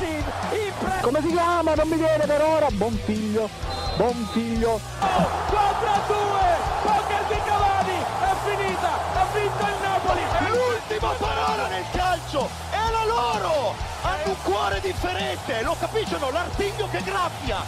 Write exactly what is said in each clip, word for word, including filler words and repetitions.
Higuain, impre- come si chiama? Non mi viene per ora. Buon figlio, buon figlio. quattro a due, poker di Cavani, è finita, ha vinto il Napoli. È l'ultima parola nel calcio, è la loro. Hanno un cuore differente, lo capiscono, l'artiglio che graffia.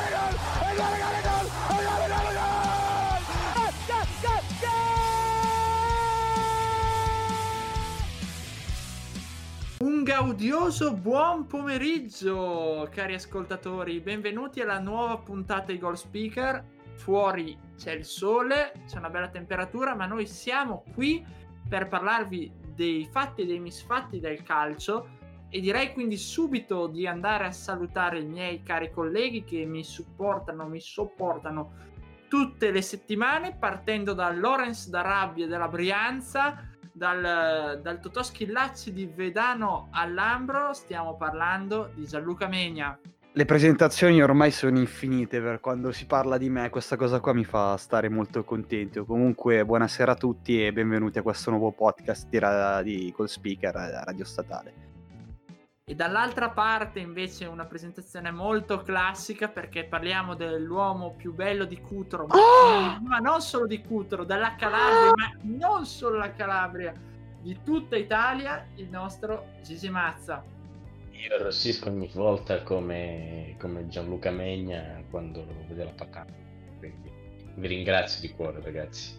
Un gaudioso buon pomeriggio, cari ascoltatori, benvenuti alla nuova puntata di Goal Speaker. Fuori c'è il sole, c'è una bella temperatura, ma noi siamo qui per parlarvi dei fatti e dei misfatti del calcio e direi quindi subito di andare a salutare i miei cari colleghi che mi supportano, mi sopportano tutte le settimane, partendo da Lorenz d'Arabia della Brianza, Dal, dal Totò Schillacci di Vedano all'Ambro. Stiamo parlando di Gianluca Megna. Le presentazioni ormai sono infinite per quando si parla di me, questa cosa qua mi fa stare molto contento. Comunque buonasera a tutti e benvenuti a questo nuovo podcast di, ra- di Goal Speaker a Radio Statale. E dall'altra parte invece una presentazione molto classica, perché parliamo dell'uomo più bello di Cutro, ma, oh! ma non solo di Cutro, della Calabria, oh! ma non solo la Calabria, di tutta Italia, il nostro Gigi Mazza. Io arrossisco ogni volta come, come Gianluca Megna quando lo vede la patata, quindi vi ringrazio di cuore, ragazzi.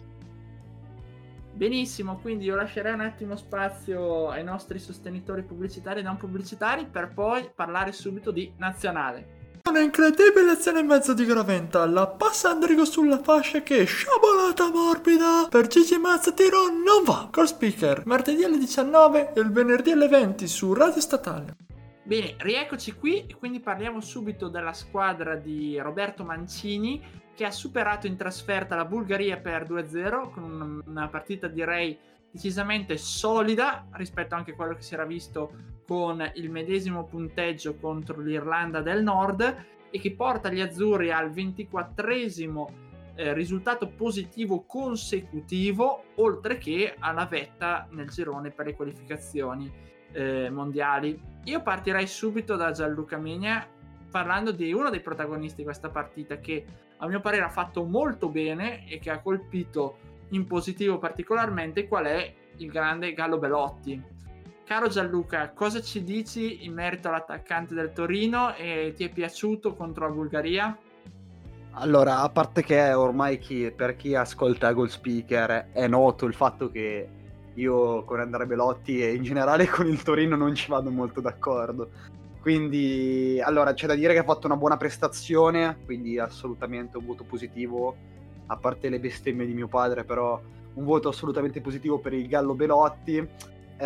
Benissimo, quindi io lascerei un attimo spazio ai nostri sostenitori pubblicitari e non pubblicitari per poi parlare subito di nazionale. Una incredibile azione in mezzo di Graventa, la passa Andrigo sulla fascia che sciabolata morbida per Gigi Mazza, tiro non va. Goal Speaker, martedì alle diciannove e il venerdì alle venti su Radio Statale. Bene, rieccoci qui e quindi parliamo subito della squadra di Roberto Mancini, che ha superato in trasferta la Bulgaria per due a zero con una partita direi decisamente solida rispetto anche a quello che si era visto con il medesimo punteggio contro l'Irlanda del Nord, e che porta gli azzurri al ventiquattresimo eh, risultato positivo consecutivo, oltre che alla vetta nel girone per le qualificazioni eh, mondiali. Io partirei subito da Gianluca Megna parlando di uno dei protagonisti di questa partita, che a mio parere ha fatto molto bene e che ha colpito in positivo particolarmente, qual è il grande Gallo Belotti. Caro Gianluca, cosa ci dici in merito all'attaccante del Torino e ti è piaciuto contro la Bulgaria? Allora, a parte che ormai chi, per chi ascolta Goal Speaker è noto il fatto che io con Andrea Belotti e in generale con il Torino non ci vado molto d'accordo. Quindi, allora, c'è da dire che ha fatto una buona prestazione, quindi assolutamente un voto positivo, a parte le bestemmie di mio padre, però un voto assolutamente positivo per il Gallo Belotti. Eh,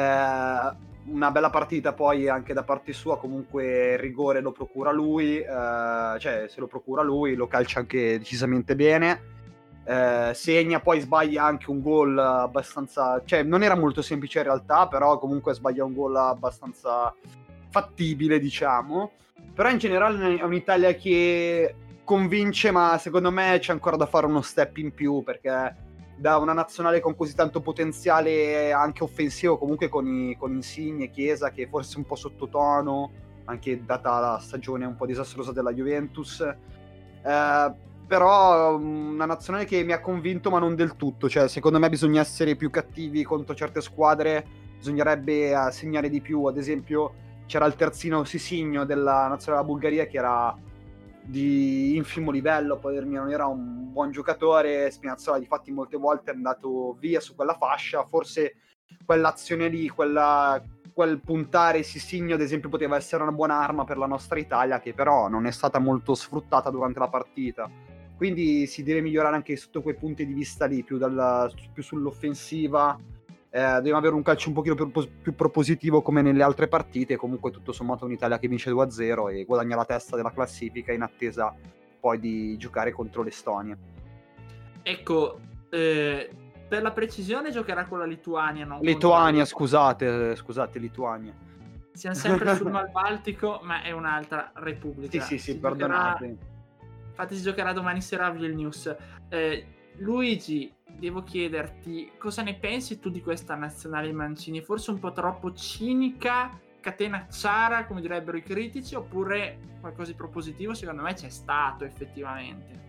una bella partita poi anche da parte sua, comunque il rigore lo procura lui, eh, cioè se lo procura lui lo calcia anche decisamente bene. Eh, segna, poi sbaglia anche un gol abbastanza, cioè non era molto semplice in realtà, però comunque sbaglia un gol abbastanza fattibile, diciamo. Però in generale è un'Italia che convince, ma secondo me c'è ancora da fare uno step in più, perché da una nazionale con così tanto potenziale anche offensivo, comunque con, i, con Insigne e Chiesa, che forse un po' sottotono anche data la stagione un po' disastrosa della Juventus, eh, però una nazionale che mi ha convinto ma non del tutto. Cioè secondo me bisogna essere più cattivi contro certe squadre, bisognerebbe segnare di più. Ad esempio c'era il terzino Sisigno della nazionale della Bulgaria che era di infimo livello, poi per me non era un buon giocatore. Spinazzola difatti molte volte è andato via su quella fascia, forse quell'azione lì, quella, quel puntare Sisigno ad esempio poteva essere una buona arma per la nostra Italia, che però non è stata molto sfruttata durante la partita. Quindi si deve migliorare anche sotto quei punti di vista lì, più, dalla, più sull'offensiva. Eh, dobbiamo avere un calcio un pochino più, più propositivo come nelle altre partite. Comunque tutto sommato un'Italia che vince due a zero e guadagna la testa della classifica in attesa poi di giocare contro l'Estonia. Ecco, eh, per la precisione giocherà con la Lituania, no? Lituania, scusate, scusate, Lituania. Siamo sempre sul Mar Baltico, ma è un'altra repubblica. Sì, sì, sì, si perdonate. Giocherà... Infatti si giocherà domani sera a Vilnius. Eh, Luigi, devo chiederti cosa ne pensi tu di questa nazionale Mancini, forse un po' troppo cinica catena ciara, come direbbero i critici, oppure qualcosa di propositivo secondo me c'è stato effettivamente.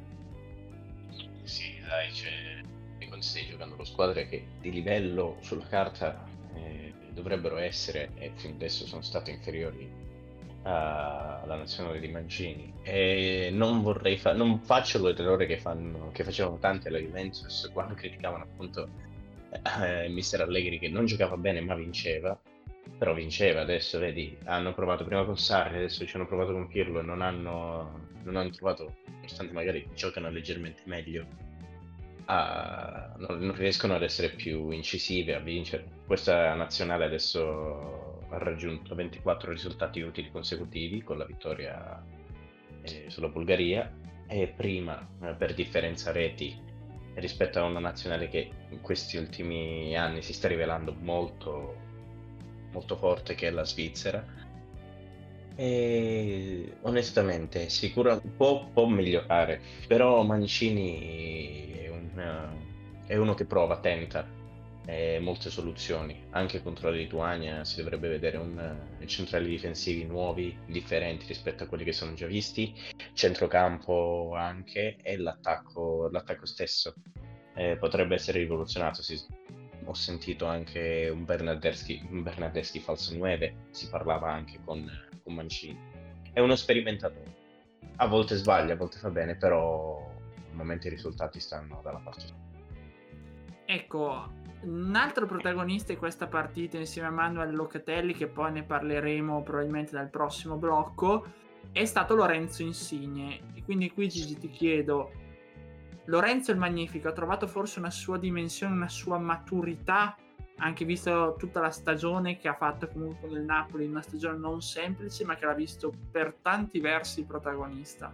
Sì, dai, c'è. Quando stai giocando con squadre che di livello sulla carta eh, dovrebbero essere, e fino adesso sono state inferiori a- alla nazionale di Mancini, e non vorrei fa- non faccio l'errore che, fanno, che facevano tanti alla Juventus quando criticavano appunto eh, mister Allegri, che non giocava bene ma vinceva. Però vinceva. Adesso vedi, hanno provato prima con Sarri, adesso ci hanno provato con Pirlo e non hanno, non hanno trovato, nonostante magari giocano leggermente meglio, a- non, non riescono ad essere più incisive, a vincere. Questa nazionale adesso ha raggiunto ventiquattro risultati utili consecutivi con la vittoria eh, sulla Bulgaria, e prima eh, per differenza reti rispetto a una nazionale che in questi ultimi anni si sta rivelando molto molto forte, che è la Svizzera. E onestamente sicuro può, può migliorare, però Mancini è, un, è uno che prova, tenta eh, molte soluzioni. Anche contro la Lituania si dovrebbe vedere un centrali difensivi nuovi, differenti rispetto a quelli che sono già visti, centrocampo anche, e l'attacco, l'attacco stesso eh, potrebbe essere rivoluzionato. Si- ho sentito anche un Bernardeschi, un Bernardeschi falso nove, si parlava anche con, con Mancini. È uno sperimentatore, a volte sbaglia, a volte fa bene, però al momento i risultati stanno dalla parte sua. Ecco, un altro protagonista di questa partita insieme a Manuel Locatelli, che poi ne parleremo probabilmente dal prossimo blocco, è stato Lorenzo Insigne. E quindi qui Gigi ti chiedo, Lorenzo il Magnifico ha trovato forse una sua dimensione, una sua maturità, anche visto tutta la stagione che ha fatto comunque nel Napoli, una stagione non semplice ma che l'ha visto per tanti versi protagonista?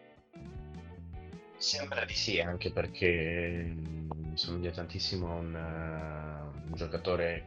Sembra di sì, anche perché mh, somiglia tantissimo a un, eh, un giocatore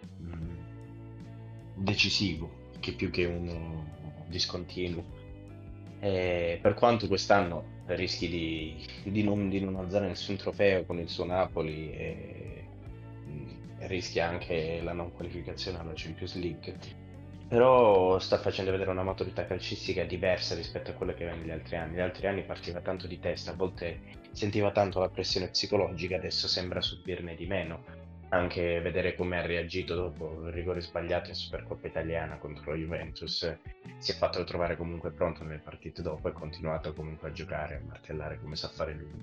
mh, decisivo, che più che uno discontinuo. E per quanto quest'anno rischi di, di non, di non alzare nessun trofeo con il suo Napoli, e mh, rischia anche la non qualificazione alla Champions League, però sta facendo vedere una maturità calcistica diversa rispetto a quella che aveva negli altri anni. Negli altri anni partiva tanto di testa, a volte sentiva tanto la pressione psicologica, adesso sembra subirne di meno. Anche vedere come ha reagito dopo il rigore sbagliato in Supercoppa italiana contro la Juventus, si è fatto trovare comunque pronto nelle partite dopo e ha continuato comunque a giocare, a martellare come sa fare lui.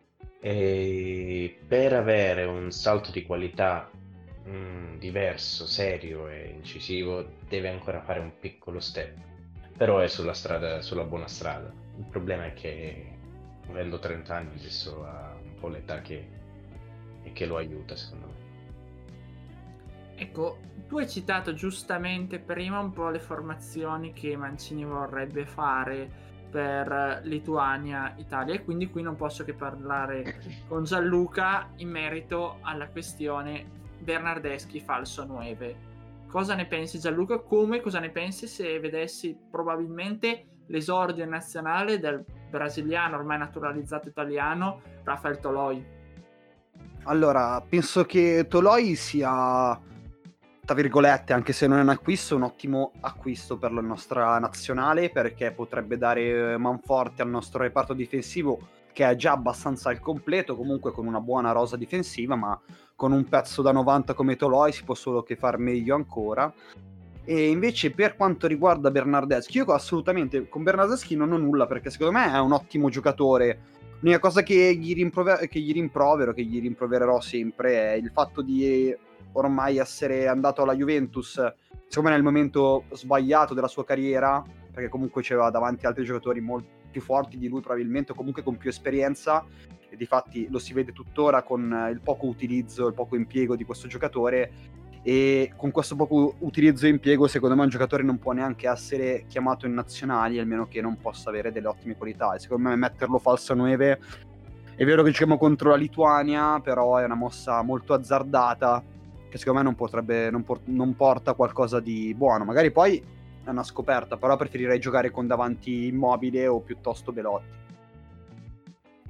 E per avere un salto di qualità mm, diverso, serio e incisivo, deve ancora fare un piccolo step, però è sulla strada, sulla buona strada. Il problema è che avendo trenta anni adesso ha un po' l'età che, che lo aiuta, secondo me. Ecco, tu hai citato giustamente prima un po' le formazioni che Mancini vorrebbe fare per Lituania, Italia, e quindi qui non posso che parlare con Gianluca in merito alla questione Bernardeschi falso nove. Cosa ne pensi, Gianluca? Come cosa ne pensi se vedessi probabilmente l'esordio nazionale del brasiliano ormai naturalizzato italiano Rafael Toloi? Allora, penso che Toloi sia, tra virgolette, anche se non è un acquisto, un ottimo acquisto per la nostra nazionale, perché potrebbe dare manforte al nostro reparto difensivo, che è già abbastanza al completo, comunque con una buona rosa difensiva, ma con un pezzo da novanta come Toloi si può solo che far meglio ancora. E invece per quanto riguarda Bernardeschi, io assolutamente con Bernardeschi non ho nulla, perché secondo me è un ottimo giocatore. L'unica cosa che gli, rimprover- che gli rimprovero, che gli rimprovererò sempre, è il fatto di ormai essere andato alla Juventus, secondo me nel momento sbagliato della sua carriera, perché comunque c'aveva davanti altri giocatori molto più forti di lui probabilmente, o comunque con più esperienza, e difatti lo si vede tuttora con il poco utilizzo, il poco impiego di questo giocatore. E con questo poco utilizzo e impiego, secondo me un giocatore non può neanche essere chiamato in nazionali, almeno che non possa avere delle ottime qualità. E secondo me metterlo falso nove, è vero che giochiamo contro la Lituania, però è una mossa molto azzardata, che secondo me non potrebbe non, por- non porta qualcosa di buono. Magari poi è una scoperta, però preferirei giocare con davanti Immobile o piuttosto Belotti.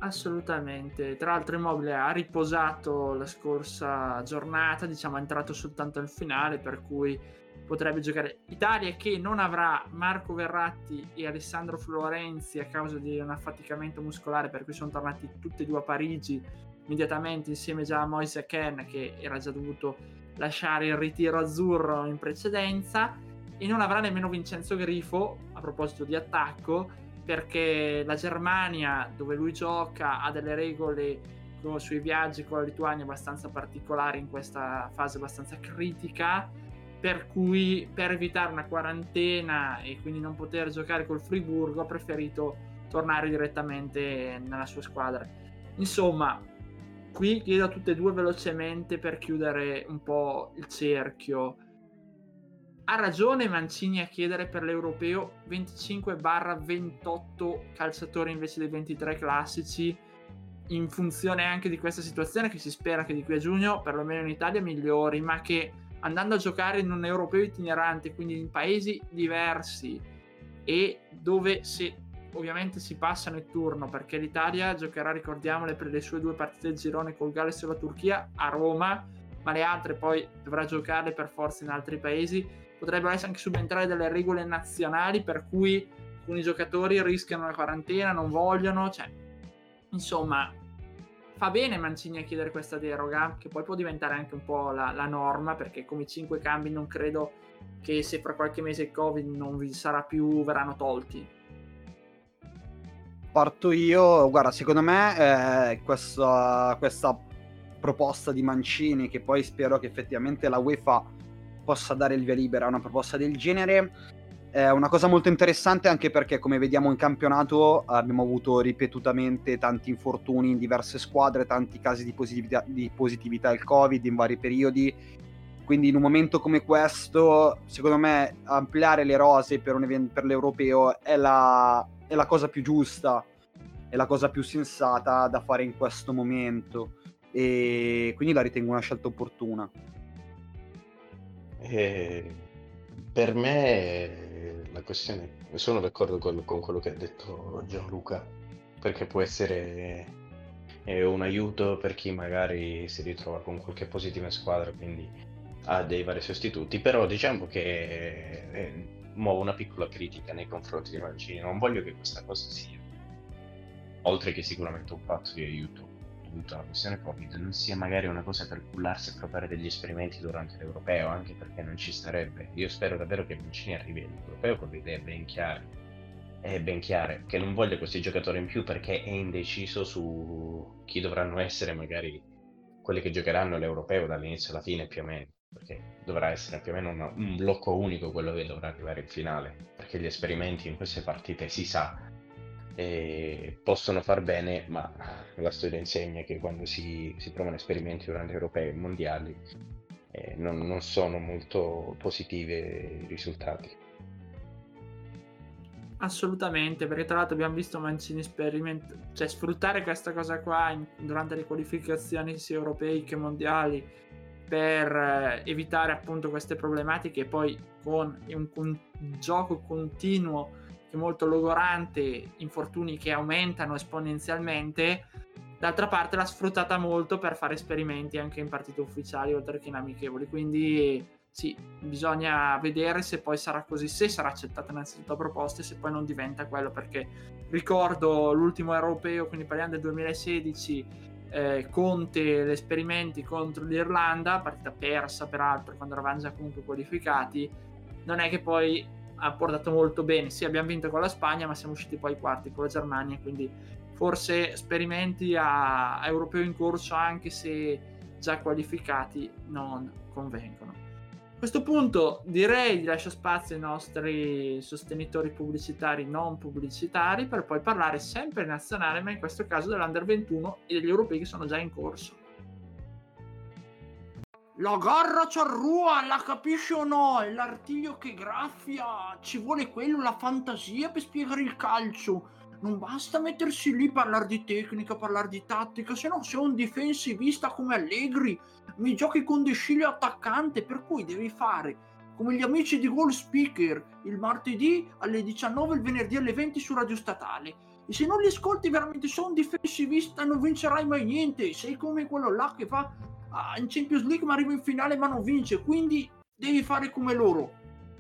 Assolutamente. Tra l'altro Immobile ha riposato la scorsa giornata, diciamo è entrato soltanto al finale, per cui potrebbe giocare. Italia che non avrà Marco Verratti e Alessandro Florenzi a causa di un affaticamento muscolare, per cui sono tornati tutti e due a Parigi immediatamente insieme già a Moise Kean, che era già dovuto lasciare il ritiro azzurro in precedenza, e non avrà nemmeno Vincenzo Grifo, a proposito di attacco, perché la Germania, dove lui gioca, ha delle regole con, sui viaggi con la Lituania abbastanza particolari in questa fase abbastanza critica, per cui per evitare una quarantena e quindi non poter giocare col Friburgo ha preferito tornare direttamente nella sua squadra. Insomma, qui chiedo a tutte e due velocemente per chiudere un po' il cerchio. Ha ragione Mancini a chiedere per l'Europeo venticinque ventotto calciatori invece dei ventitré classici, in funzione anche di questa situazione che si spera che di qui a giugno, perlomeno in Italia, migliori, ma che andando a giocare in un europeo itinerante, quindi in paesi diversi e dove se ovviamente si passano il turno, perché l'Italia giocherà, ricordiamole, per le sue due partite del girone col Galles e la Turchia a Roma, ma le altre poi dovrà giocarle per forza in altri paesi. Potrebbero essere anche subentrare delle regole nazionali per cui alcuni giocatori rischiano la quarantena, non vogliono, cioè insomma fa bene Mancini a chiedere questa deroga, che poi può diventare anche un po' la, la norma, perché come cinque cambi non credo che se fra qualche mese il Covid non vi sarà più verranno tolti. Parto io, guarda, secondo me eh, questa, questa proposta di Mancini, che poi spero che effettivamente la UEFA possa dare il via libera a una proposta del genere, è una cosa molto interessante, anche perché come vediamo in campionato abbiamo avuto ripetutamente tanti infortuni in diverse squadre, tanti casi di positività, di positività al Covid in vari periodi, quindi in un momento come questo secondo me ampliare le rose per, un event- per l'Europeo è la, è la cosa più giusta, è la cosa più sensata da fare in questo momento, e quindi la ritengo una scelta opportuna. Eh, per me la questione, sono d'accordo con, con quello che ha detto Gianluca, perché può essere eh, un aiuto per chi magari si ritrova con qualche positiva squadra, quindi ha dei vari sostituti, però diciamo che eh, muovo una piccola critica nei confronti di Mancini. Non voglio che questa cosa sia, oltre che sicuramente un fatto di aiuto dovuto alla questione Covid, non sia magari una cosa per cullarsi e fare degli esperimenti durante l'Europeo, anche perché non ci starebbe. Io spero davvero che Mancini arrivi all'Europeo con le idee ben chiare, è ben chiare, che non voglia questi giocatori in più perché è indeciso su chi dovranno essere magari quelli che giocheranno l'Europeo dall'inizio alla fine più o meno, perché dovrà essere più o meno una, un blocco unico quello che dovrà arrivare in finale, perché gli esperimenti in queste partite si sa e possono far bene, ma la storia insegna che quando si, si provano esperimenti durante europei e mondiali eh, non, non sono molto positivi i risultati. Assolutamente, perché tra l'altro abbiamo visto Mancini sperimenta- cioè sfruttare questa cosa qua in- durante le qualificazioni sia europei che mondiali per eh, evitare appunto queste problematiche, e poi con un, un gioco continuo che è molto logorante, infortuni che aumentano esponenzialmente. D'altra parte l'ha sfruttata molto per fare esperimenti anche in partite ufficiali oltre che in amichevoli, quindi sì, bisogna vedere se poi sarà così, se sarà accettata innanzitutto la proposta e se poi non diventa quello, perché ricordo l'ultimo europeo, quindi parliamo del duemilasedici, eh, Conte, gli esperimenti contro l'Irlanda, partita persa peraltro quando eravamo già comunque qualificati, non è che poi ha portato molto bene. Sì, abbiamo vinto con la Spagna, ma siamo usciti poi quarti con la Germania, quindi forse esperimenti a, a europeo in corso, anche se già qualificati, non convengono. A questo punto direi di lasciare spazio ai nostri sostenitori pubblicitari non pubblicitari per poi parlare sempre nazionale, ma in questo caso dell'Under ventuno e degli europei che sono già in corso. La garra c'arrua, la capisci o no? È l'artiglio che graffia, ci vuole quello, la fantasia per spiegare il calcio. Non basta mettersi lì, parlare di tecnica, parlare di tattica, se no sei un difensivista come Allegri, mi giochi con De Sciglio attaccante, per cui devi fare come gli amici di Goal Speaker, il martedì alle diciannove, il venerdì alle venti su Radio Statale. e se non li ascolti veramente sono difensivista non vincerai mai niente, sei come quello là che fa ah, in Champions League ma arriva in finale ma non vince, quindi devi fare come loro.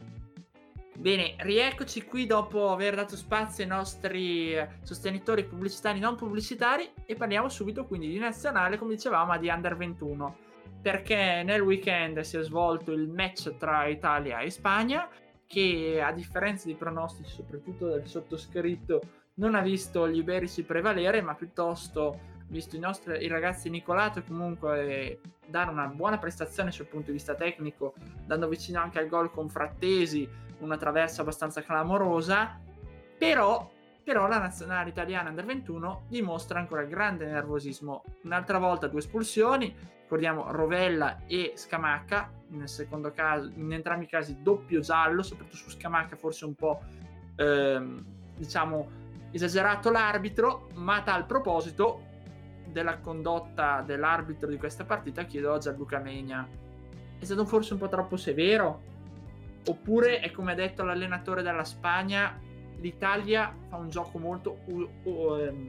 Bene, rieccoci qui dopo aver dato spazio ai nostri sostenitori pubblicitari e non pubblicitari e parliamo subito quindi di nazionale, come dicevamo, ma di Under ventuno, perché nel weekend si è svolto il match tra Italia e Spagna che, a differenza dei pronostici, soprattutto del sottoscritto, non ha visto gli iberici prevalere, ma piuttosto visto i nostri i ragazzi Nicolato comunque dare una buona prestazione sul punto di vista tecnico, dando vicino anche al gol con Frattesi, una traversa abbastanza clamorosa, però, però la nazionale italiana Under ventuno dimostra ancora grande nervosismo. Un'altra volta due espulsioni, ricordiamo Rovella e Scamacca, nel secondo caso, in entrambi i casi doppio giallo, soprattutto su Scamacca forse un po' ehm, diciamo esagerato l'arbitro, ma a tal proposito della condotta dell'arbitro di questa partita chiedo a Gianluca Megna: è stato forse un po' troppo severo? Oppure è come ha detto l'allenatore della Spagna, l'Italia fa un gioco molto u- u- ehm,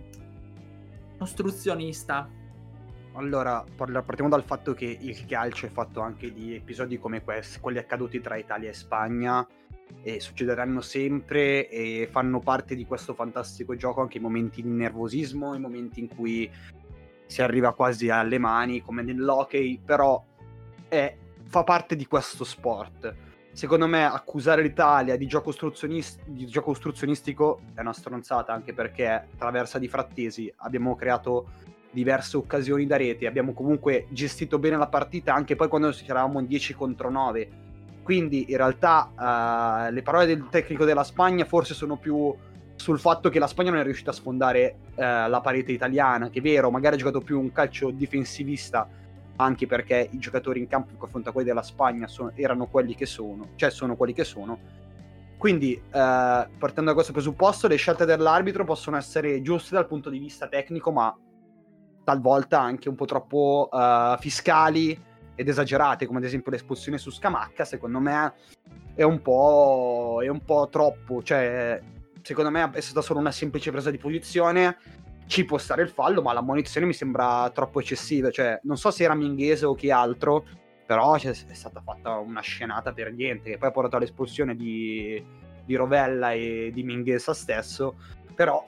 ostruzionista? Allora, partiamo dal fatto che il calcio è fatto anche di episodi come questi, quelli accaduti tra Italia e Spagna, e succederanno sempre e fanno parte di questo fantastico gioco anche i momenti di nervosismo, i momenti in cui si arriva quasi alle mani come nell'hockey, però è, fa parte di questo sport. Secondo me accusare l'Italia di gioco, ostruzionist- di gioco ostruzionistico è una stronzata, anche perché traversa di Frattesi abbiamo creato diverse occasioni da rete, abbiamo comunque gestito bene la partita anche poi quando eravamo in dieci contro nove, quindi in realtà uh, le parole del tecnico della Spagna forse sono più sul fatto che la Spagna non è riuscita a sfondare uh, la parete italiana, che è vero, magari ha giocato più un calcio difensivista, anche perché i giocatori in campo in confronto a quelli della Spagna sono, erano quelli che sono, cioè sono quelli che sono. Quindi, uh, partendo da questo presupposto, le scelte dell'arbitro possono essere giuste dal punto di vista tecnico, ma talvolta anche un po' troppo uh, fiscali ed esagerate, come ad esempio l'espulsione su Scamacca. Secondo me è un po' è un po' troppo, cioè secondo me è stata solo una semplice presa di posizione, ci può stare il fallo, ma l'ammonizione mi sembra troppo eccessiva, cioè non so se era Minghese o chi altro, però cioè, è stata fatta una scenata per niente, che poi ha portato all'espulsione di, di Rovella e di Minghesa stesso, però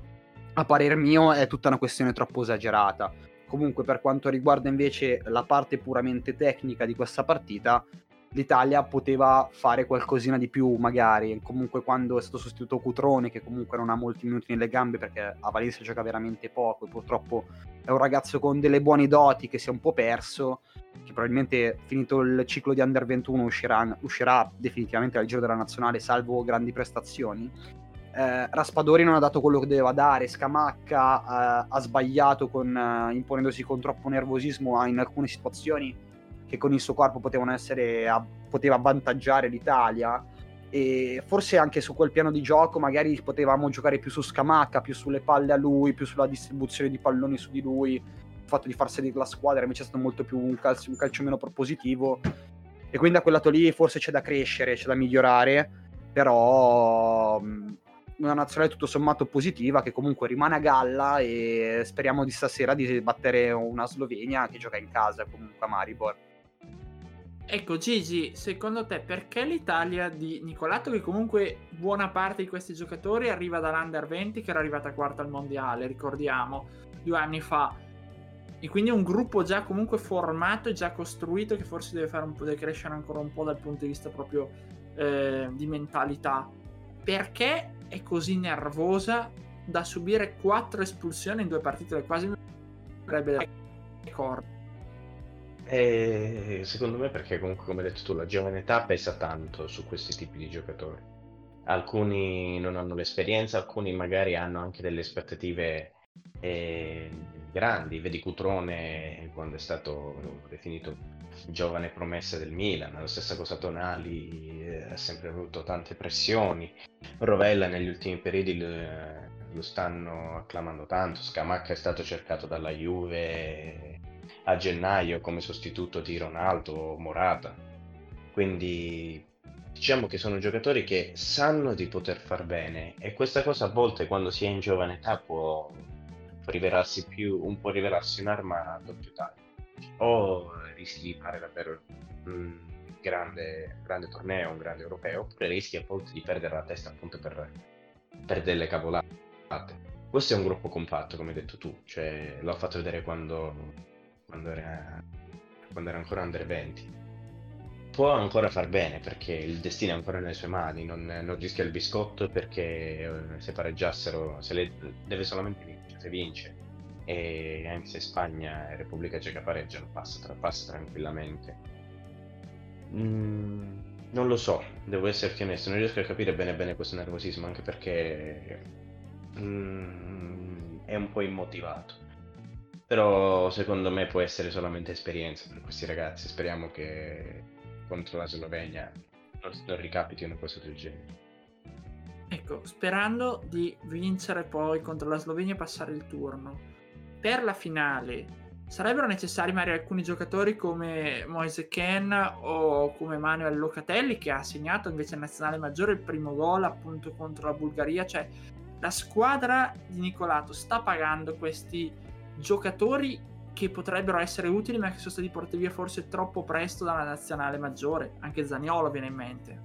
a parer mio è tutta una questione troppo esagerata. Comunque, per quanto riguarda invece la parte puramente tecnica di questa partita, l'Italia poteva fare qualcosina di più magari. Comunque, quando è stato sostituito Cutrone, che comunque non ha molti minuti nelle gambe perché a Valencia gioca veramente poco e purtroppo è un ragazzo con delle buone doti che si è un po' perso, che probabilmente finito il ciclo di Under ventuno uscirà, uscirà definitivamente dal giro della nazionale, salvo grandi prestazioni. Eh, Raspadori non ha dato quello che doveva dare, Scamacca eh, ha sbagliato con, eh, imponendosi con troppo nervosismo in alcune situazioni che con il suo corpo potevano essere a, poteva avvantaggiare l'Italia, e forse anche su quel piano di gioco magari potevamo giocare più su Scamacca, più sulle palle a lui, più sulla distribuzione di palloni su di lui. Il fatto di far sedere la squadra invece è stato molto più un calcio, un calcio meno propositivo, e quindi da quel lato lì forse c'è da crescere, c'è da migliorare, però mh, una nazionale tutto sommato positiva che comunque rimane a galla, e speriamo di stasera di battere una Slovenia che gioca in casa comunque a Maribor. Ecco Gigi, secondo te perché l'Italia di Nicolato, che comunque buona parte di questi giocatori arriva dall'Under venti, che era arrivata quarta al mondiale, ricordiamo, due anni fa, e quindi un gruppo già comunque formato e già costruito, che forse deve fare un po', deve crescere ancora un po' dal punto di vista proprio eh, di mentalità, perché è così nervosa da subire quattro espulsioni in due partite, quasi non avrebbe ricordo? E secondo me perché comunque, come hai detto tu, la giovane età pesa tanto su questi tipi di giocatori. Alcuni non hanno l'esperienza, alcuni magari hanno anche delle aspettative eh, grandi. Vedi Cutrone quando è stato definito giovane promessa del Milan, la stessa cosa Tonali, eh, ha sempre avuto tante pressioni. Rovella negli ultimi periodi lo, lo stanno acclamando tanto. Scamacca è stato cercato dalla Juve a gennaio come sostituto di Ronaldo o Morata, quindi diciamo che sono giocatori che sanno di poter far bene, e questa cosa a volte quando si è in giovane età può, può rivelarsi più, un po' rivelarsi un'arma a doppio taglio. O rischi di fare davvero un grande, grande torneo, un grande europeo, oppure rischi a volte di perdere la testa appunto per, per delle cavolate. Questo è un gruppo compatto, come hai detto tu, cioè l'ho fatto vedere quando, quando, era, quando era ancora under venti. Può ancora far bene perché il destino è ancora nelle sue mani, non, non rischia il biscotto perché eh, se pareggiassero, se le, deve solamente vincere, se vince, e anche se Spagna e Repubblica Ceca pareggiano, passa, tra- passa tranquillamente. Mm, non lo so, devo esserti onesto, non riesco a capire bene bene questo nervosismo, anche perché mm, è un po' immotivato. Però secondo me può essere solamente esperienza per questi ragazzi. Speriamo che contro la Slovenia non, non ricapiti una cosa del genere. Ecco, sperando di vincere poi contro la Slovenia e passare il turno. Per la finale sarebbero necessari magari alcuni giocatori come Moise Kean o come Manuel Locatelli, che ha segnato invece in nazionale maggiore il primo gol appunto contro la Bulgaria. Cioè la squadra di Nicolato sta pagando questi giocatori che potrebbero essere utili ma che sono stati portati via forse troppo presto dalla nazionale maggiore. Anche Zaniolo viene in mente.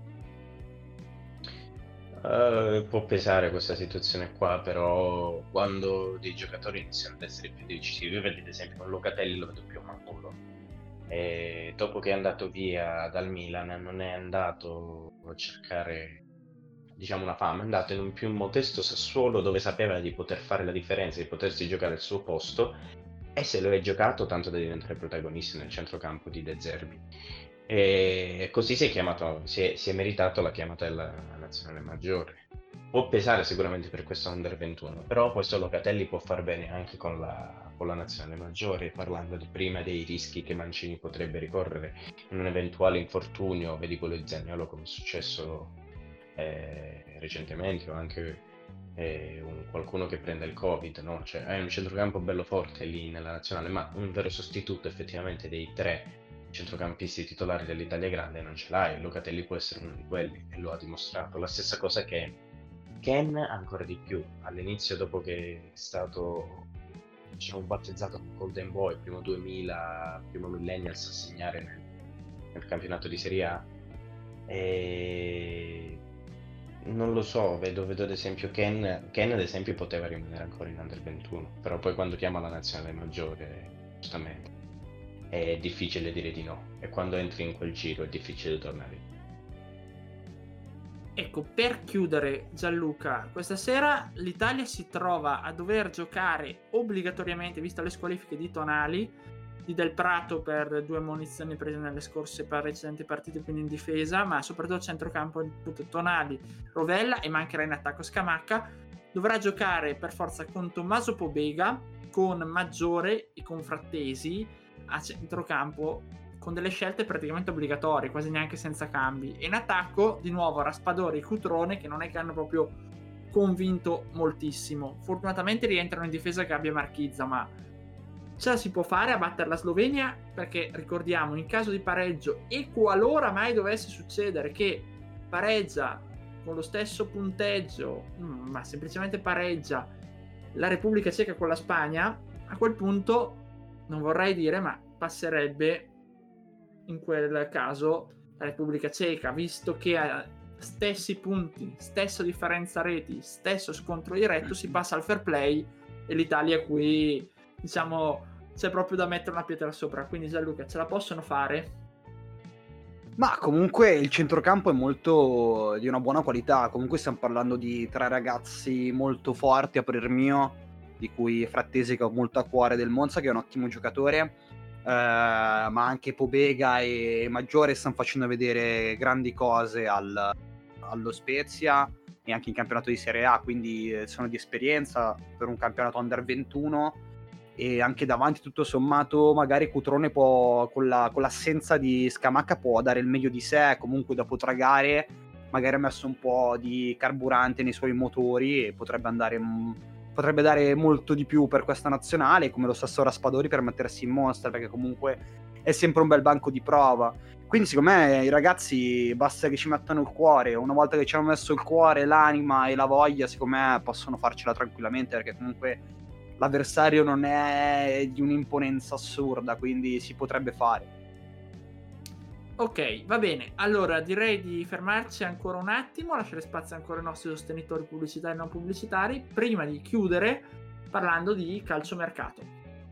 Uh, può pesare questa situazione qua, però quando dei giocatori iniziano ad essere più decisivi, io vedo ad esempio con Locatelli, lo vedo più maturo, e dopo che è andato via dal Milan non è andato a cercare, diciamo, una fama, è andato in un più modesto Sassuolo dove sapeva di poter fare la differenza, di potersi giocare il suo posto, e se lo è giocato tanto da diventare protagonista nel centrocampo di De Zerbi. E così si è chiamato, si è, si è meritato la chiamata della nazionale maggiore. Può pesare sicuramente per questo under ventuno, però questo Locatelli può far bene anche con la, con la nazionale maggiore, parlando di prima dei rischi che Mancini potrebbe ricorrere in un eventuale infortunio, vedi quello di Zaniolo come è successo eh, recentemente, o anche eh, un, qualcuno che prende il Covid, no? Cioè hai un centrocampo bello forte lì nella nazionale, ma un vero sostituto effettivamente dei tre centrocampisti titolari dell'Italia grande non ce l'hai. Locatelli può essere uno di quelli e lo ha dimostrato. La stessa cosa che Kean, ancora di più all'inizio, dopo che è stato, diciamo, battezzato come Golden Boy, primo duemila, primo millennials a segnare nel, nel campionato di Serie A, e non lo so, vedo, vedo ad esempio Kean, Kean ad esempio poteva rimanere ancora in under ventuno, però poi quando chiama la nazionale maggiore, giustamente è difficile dire di no, e quando entri in quel giro è difficile tornare. Ecco, per chiudere, Gianluca, questa sera l'Italia si trova a dover giocare obbligatoriamente, viste le squalifiche di Tonali, di Del Prato per due munizioni prese nelle scorse precedenti partite, quindi in difesa, ma soprattutto a centrocampo appunto Tonali, Rovella, e mancherà in attacco Scamacca. Dovrà giocare per forza con Tommaso Pobega, con Maggiore e con Frattesi a centrocampo, con delle scelte praticamente obbligatorie, quasi neanche senza cambi. E in attacco di nuovo Raspadori e Cutrone, che non è che hanno proprio convinto moltissimo. Fortunatamente rientrano in difesa Gabbia e Marchizza, ma ce la si può fare a battere la Slovenia, perché ricordiamo, in caso di pareggio, e qualora mai dovesse succedere che pareggia con lo stesso punteggio, ma semplicemente pareggia la Repubblica Ceca con la Spagna, a quel punto non vorrei dire, ma passerebbe in quel caso la Repubblica Ceca, visto che a stessi punti, stessa differenza reti, stesso scontro diretto, si passa al fair play e l'Italia qui, diciamo, c'è proprio da mettere una pietra sopra. Quindi Gianluca, ce la possono fare? Ma comunque il centrocampo è molto di una buona qualità, comunque stiamo parlando di tre ragazzi molto forti a parer mio, di cui Frattesi, che ho molto a cuore, del Monza, che è un ottimo giocatore, eh, ma anche Pobega e Maggiore stanno facendo vedere grandi cose al, allo Spezia e anche in campionato di Serie A, quindi sono di esperienza per un campionato under ventuno, e anche davanti tutto sommato magari Cutrone può, con, la, con l'assenza di Scamacca, può dare il meglio di sé. Comunque dopo tre gare magari ha messo un po' di carburante nei suoi motori e potrebbe andare... potrebbe dare molto di più per questa nazionale, come lo stesso Raspadori per mettersi in mostra, perché comunque è sempre un bel banco di prova. Quindi secondo me i ragazzi basta che ci mettano il cuore, una volta che ci hanno messo il cuore, l'anima e la voglia, secondo me possono farcela tranquillamente, perché comunque l'avversario non è di un'imponenza assurda, quindi si potrebbe fare. Ok, va bene, allora direi di fermarci ancora un attimo, lasciare spazio ancora ai nostri sostenitori pubblicitari e non pubblicitari, prima di chiudere parlando di calciomercato.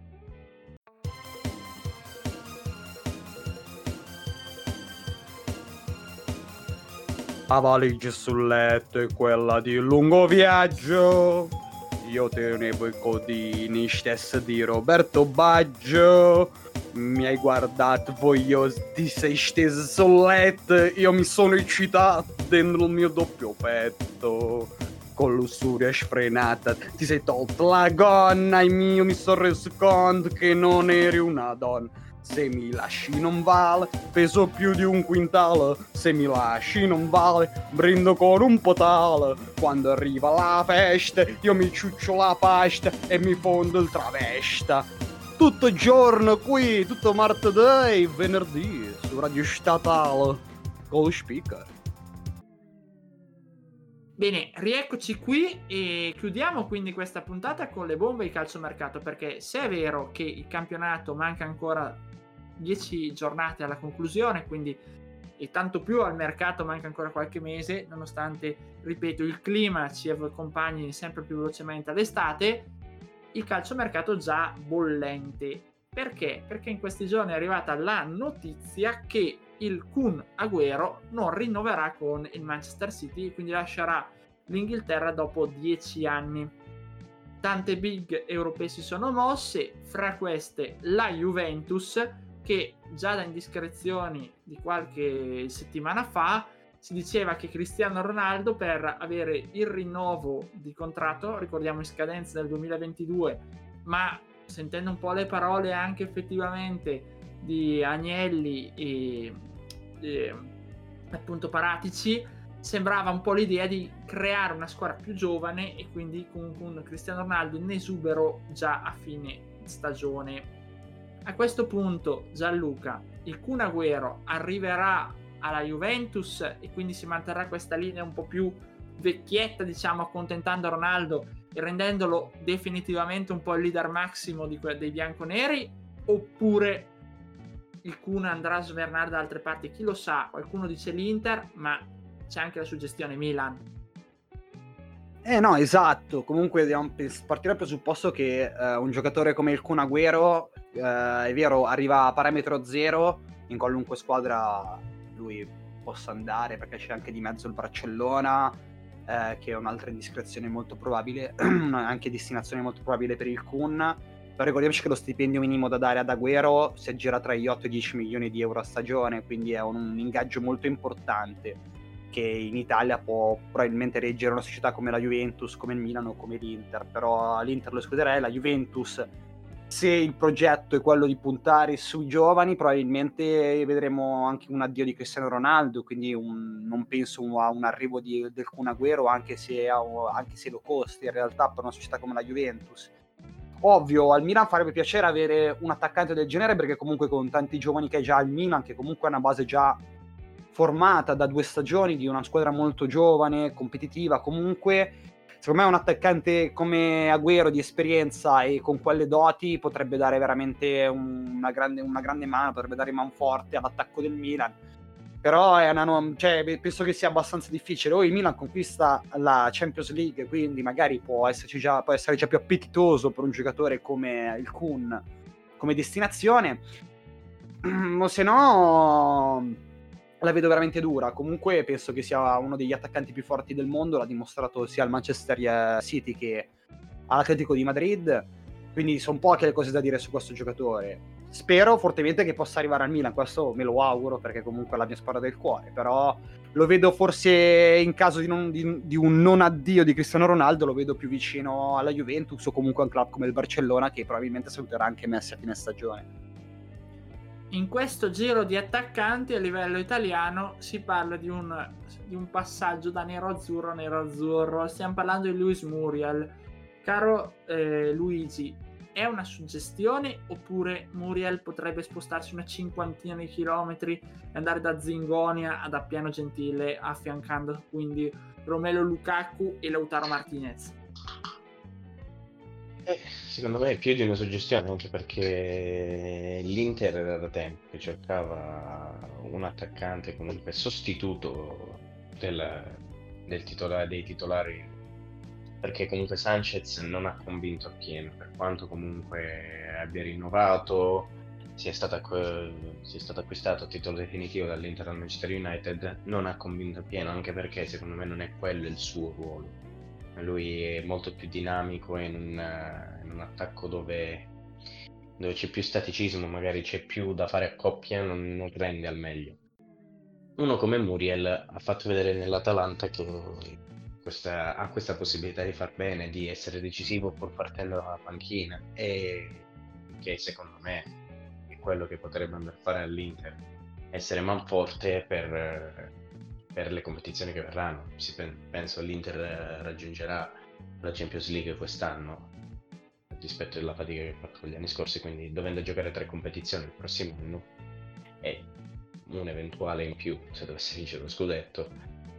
La valigia sul letto è quella di lungo viaggio. Io tenevo i codini stessi di Roberto Baggio. Mi hai guardato voglioso, ti sei steso sul letto. Io mi sono eccitato dentro il mio doppio petto. Con lussuria sfrenata ti sei tolto la gonna e io mi sono reso conto che non eri una donna. Se mi lasci non vale, peso più di un quintale. Se mi lasci non vale, brindo con un potale. Quando arriva la festa, io mi ciuccio la pasta e mi fondo il travesta. Tutto giorno qui, tutto martedì, venerdì, su Radio Statale, con lo speaker. Bene, rieccoci qui e chiudiamo quindi questa puntata con le bombe di calciomercato, perché se è vero che il campionato manca ancora dieci giornate alla conclusione, quindi e tanto più al mercato manca ancora qualche mese, nonostante, ripeto, il clima ci accompagni sempre più velocemente all'estate, il calciomercato già bollente. Perché? Perché in questi giorni è arrivata la notizia che il Kun Agüero non rinnoverà con il Manchester City, quindi lascerà l'Inghilterra dopo dieci anni. Tante big europee si sono mosse, fra queste la Juventus, che già da indiscrezioni di qualche settimana fa si diceva che Cristiano Ronaldo, per avere il rinnovo di contratto, ricordiamo in scadenza del duemilaventidue, ma sentendo un po' le parole anche effettivamente di Agnelli e, e appunto Paratici, sembrava un po' l'idea di creare una squadra più giovane e quindi con, con Cristiano Ronaldo in esubero già a fine stagione. A questo punto, Gianluca, il Kun Agüero arriverà alla Juventus e quindi si manterrà questa linea un po' più vecchietta, diciamo, accontentando Ronaldo e rendendolo definitivamente un po' il leader massimo di que- dei bianconeri, oppure il Kun andrà a svernare da altre parti? Chi lo sa, qualcuno dice l'Inter, ma c'è anche la suggestione Milan. Eh no, esatto, comunque dobbiamo partire dal presupposto che uh, un giocatore come il Kun Agüero, uh, è vero, arriva a parametro zero, in qualunque squadra lui possa andare, perché c'è anche di mezzo il Barcellona, uh, che è un'altra indiscrezione molto probabile, anche destinazione molto probabile per il Kun, però ricordiamoci che lo stipendio minimo da dare ad Agüero si aggira tra gli otto e i dieci milioni di euro a stagione, quindi è un, un ingaggio molto importante, che in Italia può probabilmente reggere una società come la Juventus, come il Milan o come l'Inter, però l'Inter lo escluderei. La Juventus, se il progetto è quello di puntare sui giovani, probabilmente vedremo anche un addio di Cristiano Ronaldo, quindi un, non penso a un arrivo di, del Kun Agüero, anche se, anche se lo costi in realtà per una società come la Juventus. Ovvio, al Milan farebbe piacere avere un attaccante del genere, perché comunque con tanti giovani che è già al Milan, che comunque è una base già formata da due stagioni di una squadra molto giovane, competitiva, comunque secondo me un attaccante come Agüero di esperienza e con quelle doti potrebbe dare veramente una grande, una grande mano, potrebbe dare man forte all'attacco del Milan, però è una, cioè, penso che sia abbastanza difficile. O il Milan conquista la Champions League, quindi magari può esserci già, può essere già più appetitoso per un giocatore come il Kun come destinazione, o se no la vedo veramente dura. Comunque penso che sia uno degli attaccanti più forti del mondo, l'ha dimostrato sia al Manchester City che all'Atletico di Madrid, quindi sono poche le cose da dire su questo giocatore. Spero fortemente che possa arrivare al Milan, questo me lo auguro, perché comunque è la mia squadra del cuore, però lo vedo forse, in caso di, non, di, di un non addio di Cristiano Ronaldo, lo vedo più vicino alla Juventus o comunque a un club come il Barcellona, che probabilmente saluterà anche Messi a fine stagione. In questo giro di attaccanti a livello italiano si parla di un, di un passaggio da nero-azzurro a nero-azzurro. Stiamo parlando di Luis Muriel. Caro eh, Luigi, è una suggestione oppure Muriel potrebbe spostarsi una cinquantina di chilometri e andare da Zingonia ad Appiano Gentile, affiancando quindi Romelu Lukaku e Lautaro Martinez? Eh, secondo me è più di una suggestione, anche perché l'Inter era da tempo che cercava un attaccante comunque sostituto del, del titolare, dei titolari, perché comunque Sanchez non ha convinto appieno, per quanto comunque abbia rinnovato, sia stato, acqu- sia stato acquistato a titolo definitivo dall'Inter al Manchester United, non ha convinto appieno, anche perché secondo me non è quello il suo ruolo. Lui è molto più dinamico in un, in un attacco dove, dove c'è più staticismo, magari c'è più da fare a coppia, non, non rende al meglio. Uno come Muriel ha fatto vedere nell'Atalanta che questa, ha questa possibilità di far bene, di essere decisivo pur partendo dalla panchina, e che secondo me è quello che potrebbe andare a fare all'Inter, essere manforte per... per le competizioni che verranno. Si pen- penso l'Inter raggiungerà la Champions League quest'anno rispetto alla fatica che ha fatto gli anni scorsi, quindi dovendo giocare tre competizioni il prossimo anno e un eventuale in più se dovesse vincere lo scudetto,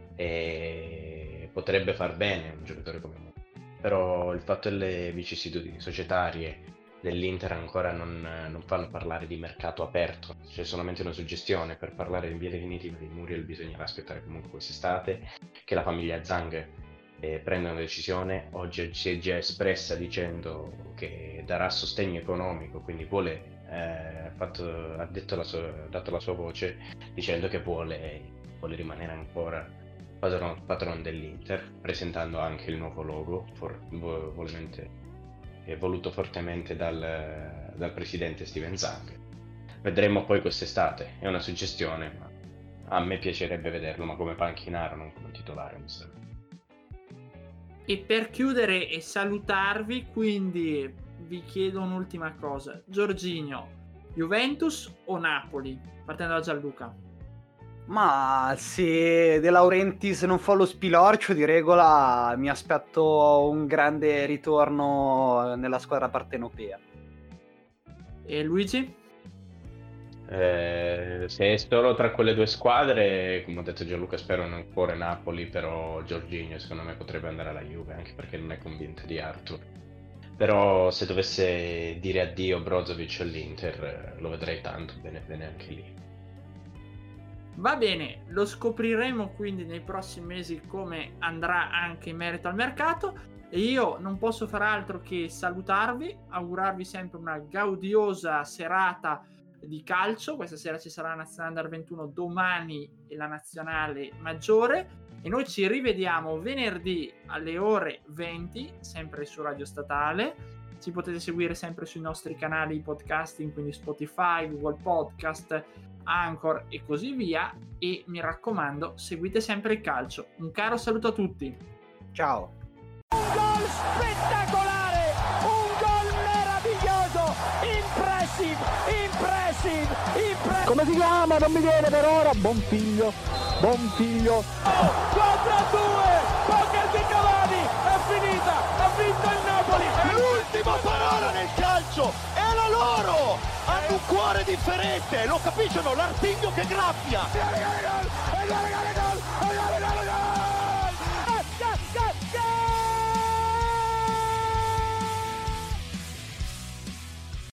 e potrebbe far bene un giocatore come me. Però il fatto delle vicissitudini societarie dell'Inter ancora non, non fanno parlare di mercato aperto, c'è solamente una suggestione. Per parlare in via definitiva di Muriel bisognerà aspettare comunque quest'estate che la famiglia Zhang eh, prenda una decisione. Oggi si è già espressa dicendo che darà sostegno economico, quindi vuole, eh, fatto, ha detto la sua, dato la sua voce dicendo che vuole, vuole rimanere ancora padron, padron dell'Inter, presentando anche il nuovo logo, for, volmente voluto fortemente dal, dal presidente Steven Zhang. Vedremo poi quest'estate, è una suggestione, ma a me piacerebbe vederlo, ma come panchinaro, non come titolare. E per chiudere e salutarvi, quindi vi chiedo un'ultima cosa. Giorginio, Juventus o Napoli? Partendo da Gianluca. Ma se De Laurentiis non fa lo spilorcio, di regola mi aspetto un grande ritorno nella squadra partenopea. E Luigi? Eh, se è solo tra quelle due squadre, come ho detto Gianluca, spero nel cuore Napoli, però Jorginho secondo me potrebbe andare alla Juve, anche perché non è convinto di Arthur. Però se dovesse dire addio Brozovic all'Inter, lo vedrei tanto bene bene anche lì. Va bene, lo scopriremo quindi nei prossimi mesi come andrà anche in merito al mercato, e io non posso far altro che salutarvi, augurarvi sempre una gaudiosa serata di calcio. Questa sera ci sarà la nazionale under ventuno, domani è la nazionale maggiore, e noi ci rivediamo venerdì alle ore venti sempre su Radio Statale. Ci potete seguire sempre sui nostri canali podcasting, quindi Spotify, Google Podcast, Anchor e così via, e mi raccomando, seguite sempre il calcio. Un caro saluto a tutti. Ciao. Un gol spettacolare, un gol meraviglioso, impressive, impressive, impressive. Come si chiama? Non mi viene per ora. Buon figlio, buon figlio. quattro a due, poker di Cavani, è finita, ha vinto il Napoli. L'ultima parola nel calcio è la loro. Hanno un cuore differente, lo capiscono, l'artiglio che graffia.